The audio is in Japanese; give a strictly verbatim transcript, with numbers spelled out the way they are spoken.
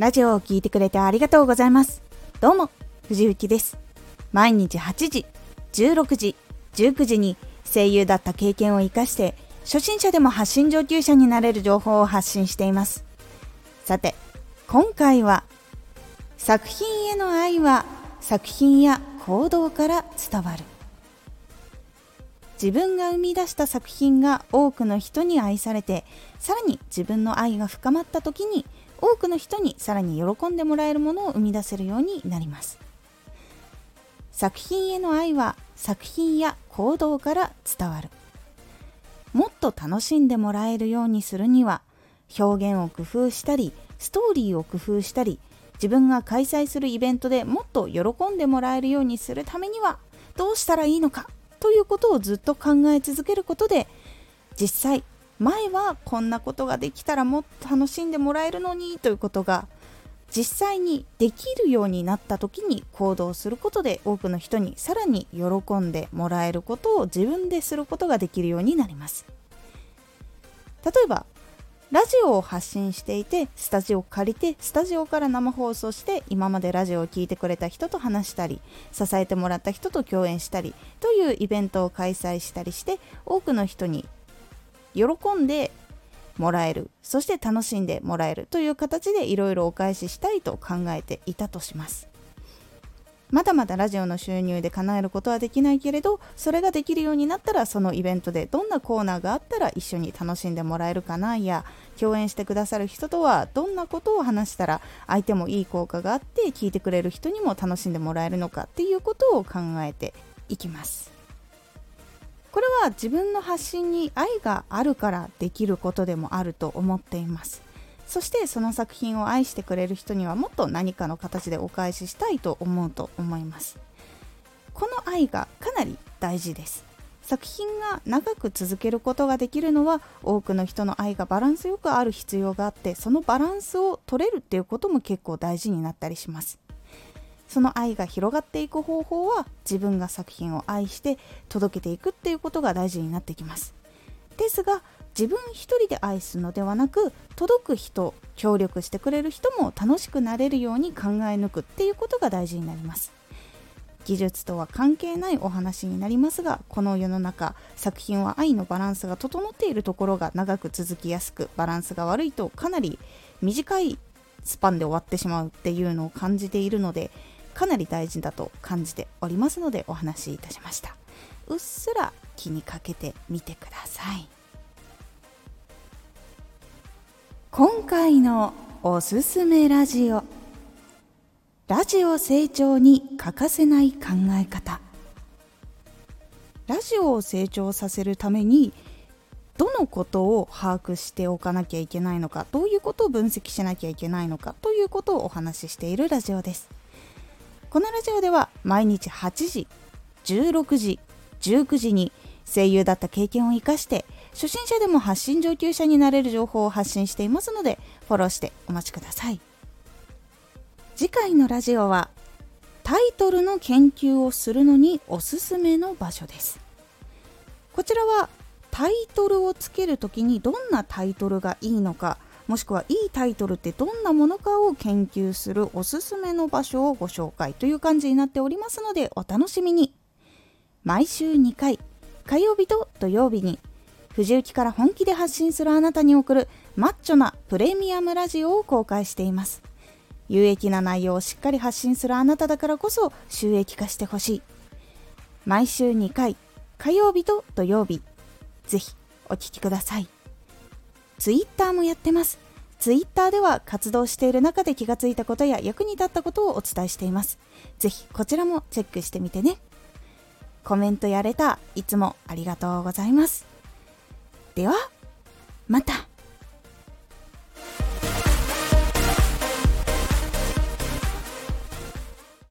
ラジオを聞いてくれてありがとうございます。どうも、藤幸です。毎日はちじ、じゅうろくじ、じゅうくじに声優だった経験を生かして初心者でも発信上級者になれる情報を発信しています。さて、今回は作品への愛は作品や行動から伝わる。自分が生み出した作品が多くの人に愛されて、さらに自分の愛が深まった時に多くの人にさらに喜んでもらえるものを生み出せるようになります。作品への愛は作品や行動から伝わる。もっと楽しんでもらえるようにするには、表現を工夫したりストーリーを工夫したり、自分が開催するイベントでもっと喜んでもらえるようにするためにはどうしたらいいのかということをずっと考え続けることで、実際前はこんなことができたらもっと楽しんでもらえるのにということが実際にできるようになった時に行動することで、多くの人にさらに喜んでもらえることを自分ですることができるようになります。例えばラジオを発信していて、スタジオを借りてスタジオから生放送して、今までラジオを聞いてくれた人と話したり、支えてもらった人と共演したりというイベントを開催したりして、多くの人に喜んでもらえる、そして楽しんでもらえるという形でいろいろお返ししたいと考えていたとします。まだまだラジオの収入で叶えることはできないけれど、それができるようになったら、そのイベントでどんなコーナーがあったら一緒に楽しんでもらえるかなや、共演してくださる人とはどんなことを話したら相手もいい効果があって聞いてくれる人にも楽しんでもらえるのかっていうことを考えていきます。これは自分の発信に愛があるからできることでもあると思っています。そしてその作品を愛してくれる人にはもっと何かの形でお返ししたいと思うと思います。この愛がかなり大事です。作品が長く続けることができるのは、多くの人の愛がバランスよくある必要があって、そのバランスを取れるっていうことも結構大事になったりします。その愛が広がっていく方法は、自分が作品を愛して届けていくっていうことが大事になってきます。ですが、自分一人で愛すのではなく、届く人、協力してくれる人も楽しくなれるように考え抜くっていうことが大事になります。技術とは関係ないお話になりますが、この世の中、作品は愛のバランスが整っているところが長く続きやすく、バランスが悪いとかなり短いスパンで終わってしまうっていうのを感じているので、かなり大事だと感じておりますのでお話しいたしました。うっすら気にかけてみてください。今回のおすすめラジオ、ラジオ成長に欠かせない考え方。ラジオを成長させるためにどのことを把握しておかなきゃいけないのか、どういうことを分析しなきゃいけないのかということをお話ししているラジオです。このラジオでは毎日はちじ、じゅうろくじ、じゅうくじに声優だった経験を生かして初心者でも発信上級者になれる情報を発信していますので、フォローしてお待ちください。次回のラジオはタイトルの研究をするのにおすすめの場所です。こちらはタイトルをつけるときにどんなタイトルがいいのか、もしくはいいタイトルってどんなものかを研究するおすすめの場所をご紹介という感じになっておりますので、お楽しみに。毎週にかい、火曜日と土曜日に藤雪から本気で発信するあなたに送るマッチョなプレミアムラジオを公開しています。有益な内容をしっかり発信するあなただからこそ収益化してほしい。毎週にかい、火曜日と土曜日、ぜひお聞きください。ツイッターもやってます。ツイッターでは活動している中で気がついたことや役に立ったことをお伝えしています。ぜひこちらもチェックしてみてね。コメントやレターいつもありがとうございます。ではまた。